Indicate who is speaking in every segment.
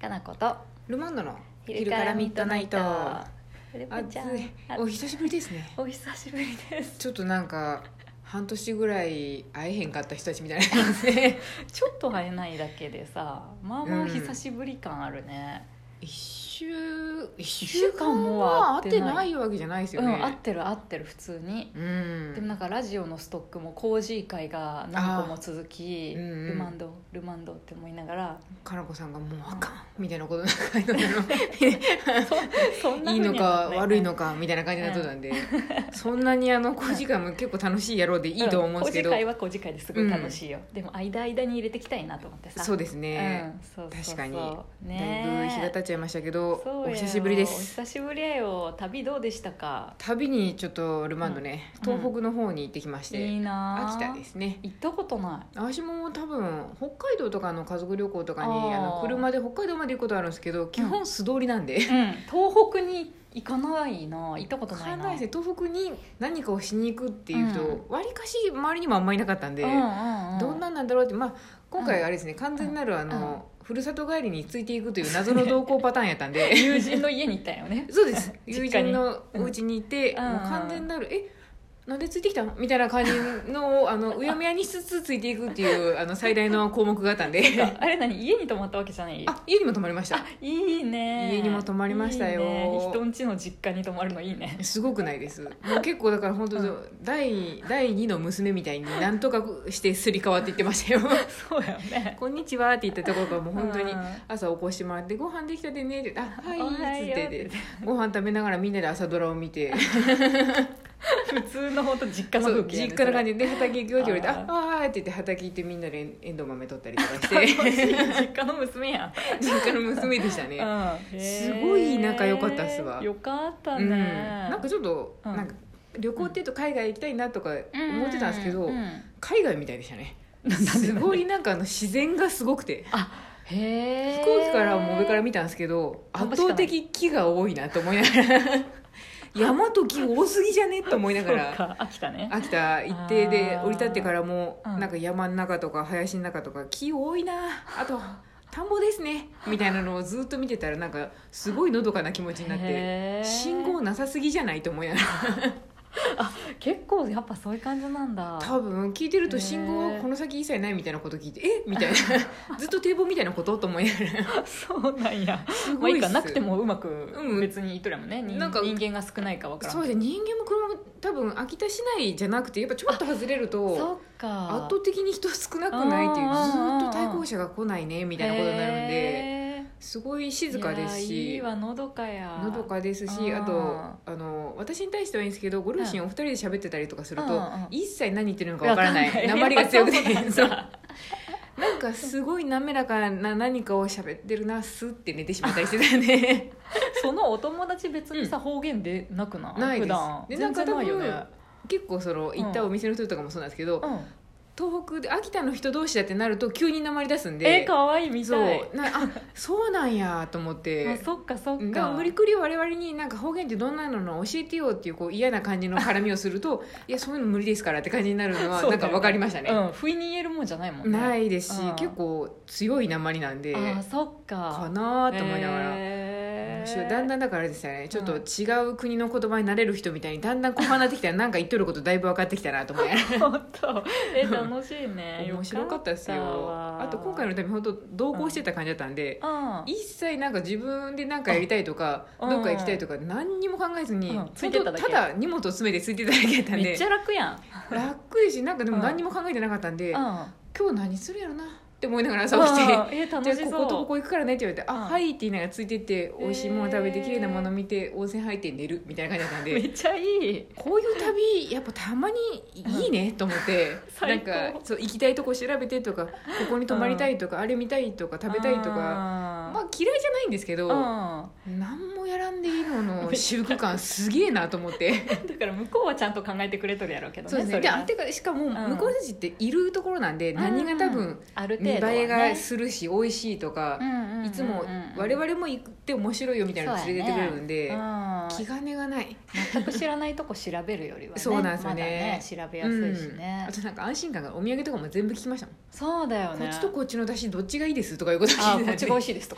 Speaker 1: かなこと
Speaker 2: ルマンドの
Speaker 1: 昼からミッドナイト。ルパちゃん、
Speaker 2: お久しぶりですね。
Speaker 1: お久しぶりです。
Speaker 2: ちょっとなんか半年ぐらい会えへんかった人たちみたいになってますね
Speaker 1: ちょっと会えないだけでさ、まあまあ久しぶり感あるね。
Speaker 2: 1週間もは会ってないわけじゃないですよね。
Speaker 1: 会ってる普通に、でもなんかラジオのストックもコージー会が何個も続き、ルマンドって思いながら、
Speaker 2: かなこさんがもうあかんみたいなことなんか
Speaker 1: そんない
Speaker 2: いのか悪いのかみたいな感じになっとったんで、そんなにコージー会も結構楽しいやろうでいいと思うんですけど、
Speaker 1: コージー会はコージー会ですごい楽しいよ、でも間に入れていきたいなと思ってさ。
Speaker 2: そうですね、
Speaker 1: そう
Speaker 2: 確かに
Speaker 1: ね、
Speaker 2: だいぶ日が経っちゃいましたけど、お久しぶり
Speaker 1: お
Speaker 2: です。
Speaker 1: 久しぶりやよ。旅どうでしたか？
Speaker 2: 旅にちょっとルマンドね、東北の方に行ってきまして、
Speaker 1: いいな。
Speaker 2: 秋田ですね。
Speaker 1: 行ったことない。
Speaker 2: 私も多分北海道とかの家族旅行とかに車で北海道まで行くことあるんですけど、基本素通りなんで、
Speaker 1: 東北に行かないな。行ったことないな。
Speaker 2: 東北に何かをしに行くっていう人わりかし周りにもあんまりいなかったんで、どんなんなんだろうって、今回あれですね、完全なるふるさと帰りについていくという謎の同行パターンやったんで
Speaker 1: 友人の家に行ったよね
Speaker 2: そうです、友人のお家にいて、もう完全なるなんでついてきたのみたいな感じのうやむやにしつつついていくっていう最大の項目があったんで
Speaker 1: あれ何、家に泊まったわけじゃない？
Speaker 2: 家にも泊まりました。
Speaker 1: いいね。
Speaker 2: 家にも泊まりましたよ。
Speaker 1: いいね、人ん家の実家に泊まるのいいね。
Speaker 2: すごくないです。もう結構だから本当、第2の娘みたいになんとかしてすり替わっていってましたよ
Speaker 1: そうやね。
Speaker 2: こんにちはって言ったところからもう本当に朝起こしてもらって、ご飯できたでねって、はいっつってご飯食べながらみんなで朝ドラを見て
Speaker 1: 普通の本当実家の風景、
Speaker 2: 実家の感じで畑行くよって言われて、あーって言って畑行ってみんなでエンドウ豆取ったりとかして
Speaker 1: 実家の娘やん。
Speaker 2: 実家の娘でしたね、すごい仲良かったっすわ。
Speaker 1: よかったね、
Speaker 2: なんかちょっと、なんか旅行っていうと海外行きたいなとか思ってたんですけど、海外みたいでしたね。すごいなんか自然がすごくて、飛行機からも上から見たんですけど、圧倒的木が多いなと思いながら山と木多すぎじゃねと思いながら
Speaker 1: 秋田
Speaker 2: 行ってで降り立ってからもなんか山の中とか林の中とか木多いな、あと田んぼですねみたいなのをずっと見てたら、なんかすごいのどかな気持ちになって、信号なさすぎじゃないと思いながら
Speaker 1: 結構やっぱそういう感じなんだ。
Speaker 2: 多分聞いてると信号はこの先一切ないみたいなこと聞いて、みたいなずっと堤防みたいなことと思いながら
Speaker 1: そうなんや。
Speaker 2: すごいっす。
Speaker 1: いいかなくてもうまく別にいっとるもんね、なんか人間が少ないか分からん。
Speaker 2: そうですね、人間も車も多分秋田市内じゃなくて、やっぱちょっと外れると
Speaker 1: そっか
Speaker 2: 圧倒的に人少なくないっていう、ずっと対向車が来ないねみたいなことになるんで、すごい静かですし、
Speaker 1: いいわ、のどかや。
Speaker 2: のどかですし、あと私に対してはいいんですけど、ご両親お二人で喋ってたりとかすると、一切何言ってるのかわからない、訛りが強くてなんかすごい滑らかな何かを喋ってるな、スッて寝てしまったりしてたんで
Speaker 1: そのお友達別にさ、方言でなくない？
Speaker 2: ないです。
Speaker 1: 普段
Speaker 2: で
Speaker 1: 全然ないよね。
Speaker 2: 結構行ったお店の人とかもそうなんですけど、東北で秋田の人同士だってなると急に訛り出すんで、
Speaker 1: かわいいみたい。
Speaker 2: そうなんやと思って、
Speaker 1: そっかそっか。
Speaker 2: だから無理くり我々になんか方言ってどんなの教えてよっていう嫌な感じの絡みをするといやそういうの無理ですからって感じになるのはなんか分かりましたね。
Speaker 1: 不意に言えるもんじゃないもんね。
Speaker 2: ないですし、結構強い訛りなんで、
Speaker 1: そっか
Speaker 2: かなと思いながら、だんだんだからあれですよね、ちょっと違う国の言葉になれる人みたいにだんだん後半になってきたらなんか言っとることだいぶ分かってきたなと思いながら
Speaker 1: 本当楽しいね。
Speaker 2: 面白かったですよ。あと今回の旅本当同行してた感じだったんで、一切なんか自分で何かやりたいとかどっか行きたいとか何にも考えずに、ただ荷物を詰めてついてただけやったんで、
Speaker 1: めっちゃ楽やん。
Speaker 2: 楽ですし、なんかでも何にも考えてなかったんで、今日何するやろなって思いながら朝起きて、
Speaker 1: 楽しそう、
Speaker 2: じゃあこことここ行くからねって言われて、はいって言いながらついてって美味しいもの食べて綺麗なもの見て温泉入って寝るみたいな感じだったんで、
Speaker 1: めっちゃいい。
Speaker 2: こういう旅やっぱたまにいいねと思って、なんかそう行きたいとこ調べてとか、ここに泊まりたいとか、あれ見たいとか食べたいとか、嫌いじゃないんですけど、何もやらんでいいのの私服感すげえなと思って
Speaker 1: だから向こうはちゃんと考えてくれとるやろうけどね。
Speaker 2: そうですね。てかしかも向こうたちっているところなんで、何が多分見栄えがするし美味しいとか、いつも我々も行って面白いよみたいなの連れてってくれるんで、気兼ねがない。
Speaker 1: 全く知らないとこ調べるよりはね
Speaker 2: そうなんですよね、
Speaker 1: 調べやすいしね。
Speaker 2: あとなんか安心感が、お土産とかも全部聞きましたもん。
Speaker 1: そうだよね。
Speaker 2: こっちとこっちの出汁どっちがいいですとかいうこと聞いてたんで、
Speaker 1: こっちが美味しいですとか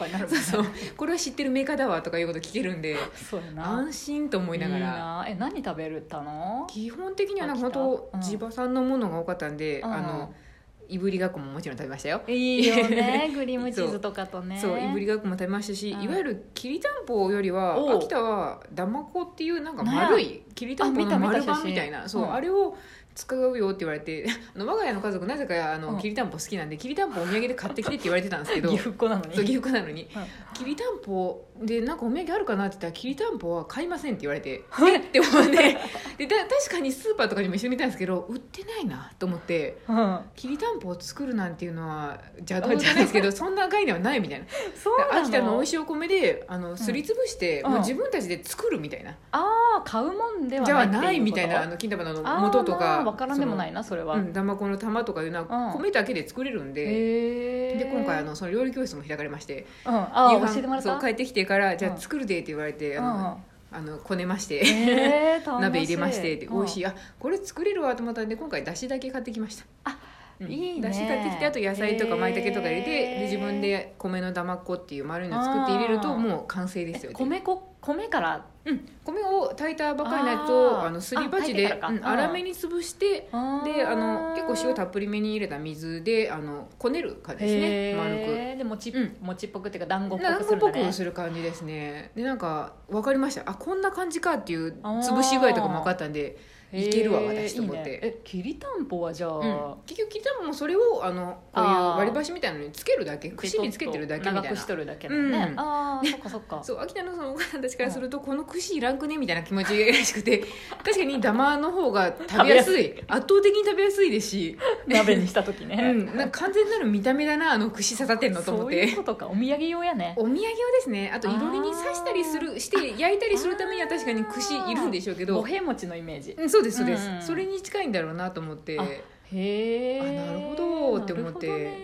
Speaker 1: かになるもんね。
Speaker 2: そうこれは知ってるメーカーだわとかいうこと聞けるんで
Speaker 1: そうやな。
Speaker 2: 安心と思いながら。
Speaker 1: いいな。何食べるたの？
Speaker 2: 基本的にはなんか本当地場産のものが多かったんで、いぶりがっこももちろん食べましたよ。
Speaker 1: いいよねクリームチーズとかとね。
Speaker 2: そういぶりがっこも食べましたし、いわゆるきりたんぽよりは秋田はだまこっていうなんか丸いきりたんぽの丸版みたいな、そう、あれを使うよって言われて我が家の家族なぜかきりたんぽ好きなんできりたんぽお土産で買ってきてって言われてたんですけど
Speaker 1: 岐阜っ子なのに。
Speaker 2: そう岐阜っ子なのに、きりたんぽでなんかお土産あるかなって言ったらきりたんぽは買いませんって言われてえって思ってで確かにスーパーとかにも一緒に見たんですけど売ってないなと思って、きりたんぽを作るなんていうのは邪道じゃないですけどそんな概念はないみたいな。
Speaker 1: そうなの。
Speaker 2: 秋田の美味しいお米ですりつぶして、もう自分たちで作るみたいな、
Speaker 1: ああ買うもんでは
Speaker 2: じ
Speaker 1: ない
Speaker 2: ゃないみたいな金玉の元とか
Speaker 1: 分からんでもないなそれは。
Speaker 2: だまこの玉とかいうのは米だけで作れるんで、で今回その料理教室も開かれまして、
Speaker 1: 教えてもらった。
Speaker 2: そう帰ってきてからじゃあ作るでって言われてこねまして鍋入れましてで美味しい、これ作れるわと思ったんで今回だしだけ買ってきました。
Speaker 1: いいね。
Speaker 2: だし買ってきてあと野菜とか舞茸とか入れてで自分で米のだまっこっていう丸いの作って入れるともう完成ですよ。
Speaker 1: 米から
Speaker 2: 米を炊いたばかりのやつをすり鉢で粗めに潰してで結構塩たっぷりめに入れた水でこねる感じですね。丸く
Speaker 1: で餅っぽくっていうか団子っぽくするんだね。
Speaker 2: 団子っぽくする感じですね。でなんか分かりました。こんな感じかっていう潰し具合とかも分かったんでいけるわ私と思って。
Speaker 1: きりたんぽはじゃあ
Speaker 2: 結局きりたんぽもそれをこういう割り箸みたいなのにつけるだけ串につけてるだけみたいな
Speaker 1: 長くしとるだけだね。そっかそっか。
Speaker 2: そう秋田のそのお母さんたちからするとこの串いらんくねみたいな気持ちらしくて確かにダマの方が食べやすい圧倒的に食べやすいですし
Speaker 1: 鍋にした時ね
Speaker 2: なんか完全なる見た目だな串刺さってんのと思って。
Speaker 1: そういうことか。お土産用やね。
Speaker 2: お土産用ですね。あといろりに刺したりして焼いたりするためには確かに串いるんでしょうけど
Speaker 1: 五平餅のイメージ。
Speaker 2: そうですそうです、それに近いんだろうなと思って
Speaker 1: へえ
Speaker 2: なるほどって思って、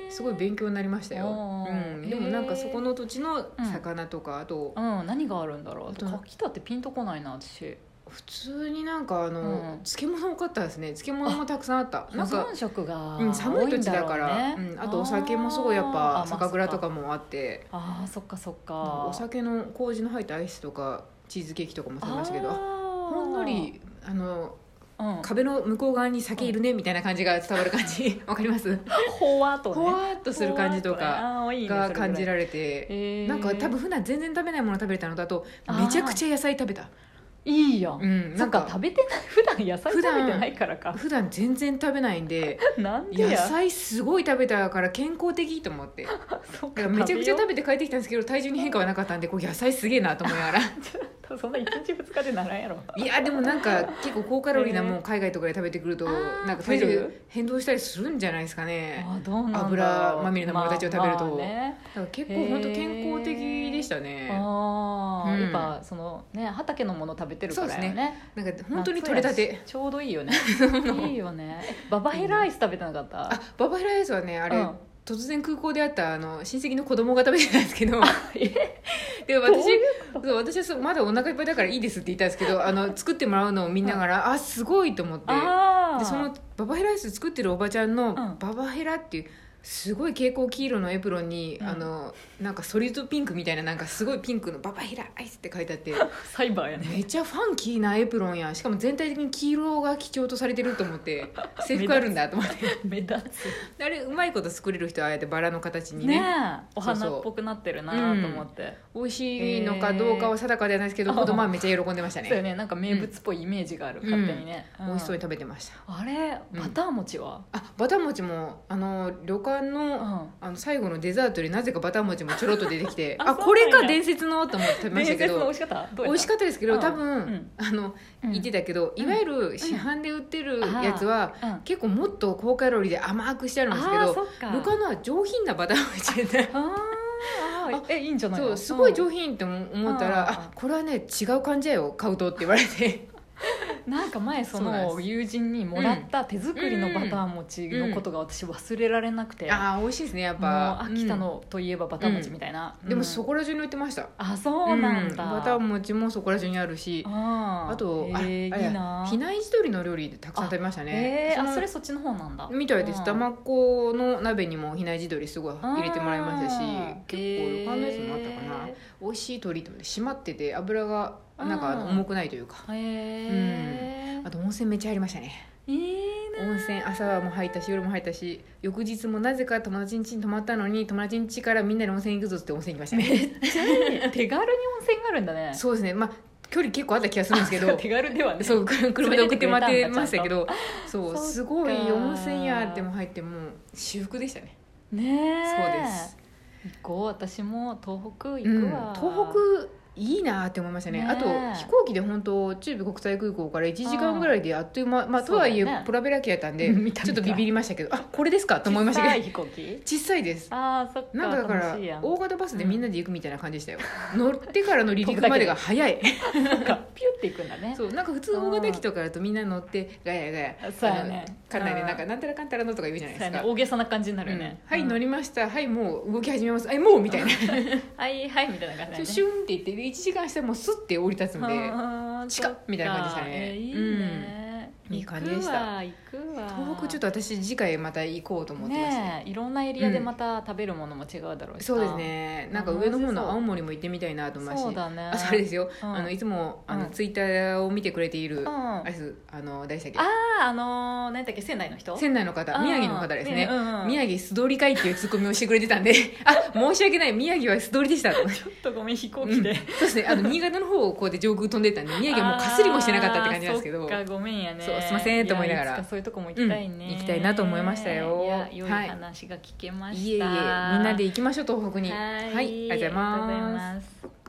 Speaker 2: すごい勉強になりましたよ。でもなんかそこの土地の魚とかあと
Speaker 1: 何があるんだろう。秋田ってピンとこないな私。
Speaker 2: 普通になんか漬物多かったですね。漬物もたくさんあった。
Speaker 1: なんか保存食が
Speaker 2: 寒い土地だからあとお酒もすごいやっぱ酒蔵とかもあって
Speaker 1: そっかそっか。
Speaker 2: お酒の麹の入ったアイスとかチーズケーキとかも食べましたけどほんのり壁の向こう側に酒いるねみたいな感じが伝わる感じわかります？
Speaker 1: ほわっとね
Speaker 2: ほわっとする感じとかが感じられて、なんか多分普段全然食べないもの食べれたのだとめちゃくちゃ野菜食べた。
Speaker 1: いいやん。なんか食べてない普段野菜食べてないからか。
Speaker 2: 普段全然食べないんで
Speaker 1: なんでや
Speaker 2: 野菜すごい食べたから健康的と思って
Speaker 1: そうか
Speaker 2: めちゃくちゃ食べて帰ってきたんですけど体重に変化はなかったんで野菜すげえなと思いながら
Speaker 1: そんな1日2日でならんやろ。
Speaker 2: いやでもなんか結構高カロリーなもん海外とかで食べてくるとなんか体重変動したりするんじゃないですかね。
Speaker 1: どうなんだろう。
Speaker 2: 油まみれのものたちを食べると、
Speaker 1: ね、
Speaker 2: だから結構本当健康的でしたね。
Speaker 1: やっぱそのね畑のもの食べてるからよね。そうですね。
Speaker 2: なんか本当に取れたて
Speaker 1: ちょうどいいよねいいよね。ババヘラアイス食べてなかった？
Speaker 2: ババヘラアイスはねあれ、突然空港で会った親戚の子供が食べてたんですけどで私はまだお腹いっぱいだからいいですって言ったんですけど作ってもらうのを見ながらすごいと思ってでそのババヘラアイス作ってるおばちゃんのババヘラっていうすごい蛍光黄色のエプロンに、なんかソリッドピンクみたいななんかすごいピンクのババヘラアイスって書いてあって
Speaker 1: サイバーやね。
Speaker 2: めっちゃファンキーなエプロンやしかも全体的に黄色が基調とされてると思って制服あるんだと思って
Speaker 1: 目立つ
Speaker 2: あれうまいこと作れる人はああやってバラの形にね
Speaker 1: お花っぽくなってるなと思って
Speaker 2: 美味しいのかどうかは定かではないですけど子供はめっちゃ喜んでましたね。
Speaker 1: そうよね。なんか名物っぽいイメージがある、勝手にね、
Speaker 2: 美味しそうに食べてました。
Speaker 1: あれバター餅は、
Speaker 2: バター餅も旅館の最後のデザートでなぜかバター餅もちょろっと出てきてこれか伝説のと思って食べましたけど
Speaker 1: 美味しかった？
Speaker 2: 美味しかったですけど多分言ってたけどいわゆる市販で売ってるやつは結構もっと高カロリーで甘くしてあるんですけど旅館のは上品なバター餅で
Speaker 1: いいんじゃないの？
Speaker 2: そうすごい上品って思ったらこれはね違う感じやよ買うとって言われて
Speaker 1: なんか前その友人にもらった手作りのバター餅のことが私忘れられなくて、
Speaker 2: ああ美味しいですねやっぱ。
Speaker 1: 秋田のといえばバター餅みたいな、
Speaker 2: でもそこら中に売ってました。
Speaker 1: あ、そうなんだ、
Speaker 2: バター餅もそこら中にあるし、あと
Speaker 1: いいな、
Speaker 2: 比内地鶏の料理でたくさん食べましたね。
Speaker 1: それそっちの方なんだ
Speaker 2: みたいです。だまっこの鍋にも比内地鶏すごい入れてもらいましたし、結構他のやつもあったかな。美味しい鶏って締まってて油がなんか重くないというか、あと温泉めっちゃ入りましたね。
Speaker 1: いいな。
Speaker 2: 温泉朝も入ったし夜も入ったし、翌日もなぜか友達ん家に泊まったのに、友達ん家からみんなで温泉行くぞって温泉行きましたね。
Speaker 1: めっちゃいい手軽に温泉があるんだね。
Speaker 2: そうですね、まあ距離結構あった気がするんですけど
Speaker 1: 手軽ではね、
Speaker 2: そう車で送ってもらってましたけど、そうすごい温泉やっても入っても至福でしたね。
Speaker 1: ねえ、
Speaker 2: そうです。
Speaker 1: 行こう。私も東北行くわ、
Speaker 2: 東北いいなって思いましたね。あと飛行機で本当中部国際空港から1時間ぐらいであっという間、まあとはいえプラベラ機やったんでちょっとビビりましたけど、あこれですかと思いましたけど、
Speaker 1: 飛行機
Speaker 2: 小さいです。
Speaker 1: あ、そっか。
Speaker 2: なんかだから大型バスでみんなで行くみたいな感じでしたよ、乗ってからの離陸までが早い。
Speaker 1: なんかピュって行くんだね。
Speaker 2: そうなんか普通大型機とかだとみんな乗ってガヤガヤ、
Speaker 1: そうやね、
Speaker 2: かなりなんたらかんたらのとか言うじゃないですか、
Speaker 1: 大げさな感じになるよね。
Speaker 2: はい乗りました、はいもう動き始めます、はいもうみたいな
Speaker 1: はいはいみたいな感じで
Speaker 2: シュンって言って1時間したらもうスッて降り立つんでチカッみたいな感じでしたね。
Speaker 1: いいね、
Speaker 2: いい感じでした。
Speaker 1: 行くわ。
Speaker 2: 東北ちょっと私次回また行こうと思ってますね。
Speaker 1: いろんなエリアでまた食べるものも違うだろうし、
Speaker 2: そうですね。なんか上の方の青森も行ってみたいなと思いますし、
Speaker 1: そうだね。
Speaker 2: あ、それですよ、いつもツイッターを見てくれているあれです、誰でしたっけ、
Speaker 1: 何だっけ、仙台の人、
Speaker 2: 仙台の方、宮城の方ですね、宮城素通りかいっていうツッコミをしてくれてたんであ、申し訳ない、宮城は素通りでしたと。
Speaker 1: ちょっとごめん、飛行機で、
Speaker 2: そうですね、新潟の方をこうやって上空飛んでったんで、宮城はもうかすりもしてなかったって感じなんですけど、
Speaker 1: そっか、ごめんやね。
Speaker 2: そう、すいませんと思いながら、
Speaker 1: いつかそういうとこも行きたいね、
Speaker 2: 行きたいなと思いましたよ。
Speaker 1: いや、良い話が聞けました。
Speaker 2: いえいえ、みんなで行きましょう東北に。
Speaker 1: はい、
Speaker 2: ありがとうございます。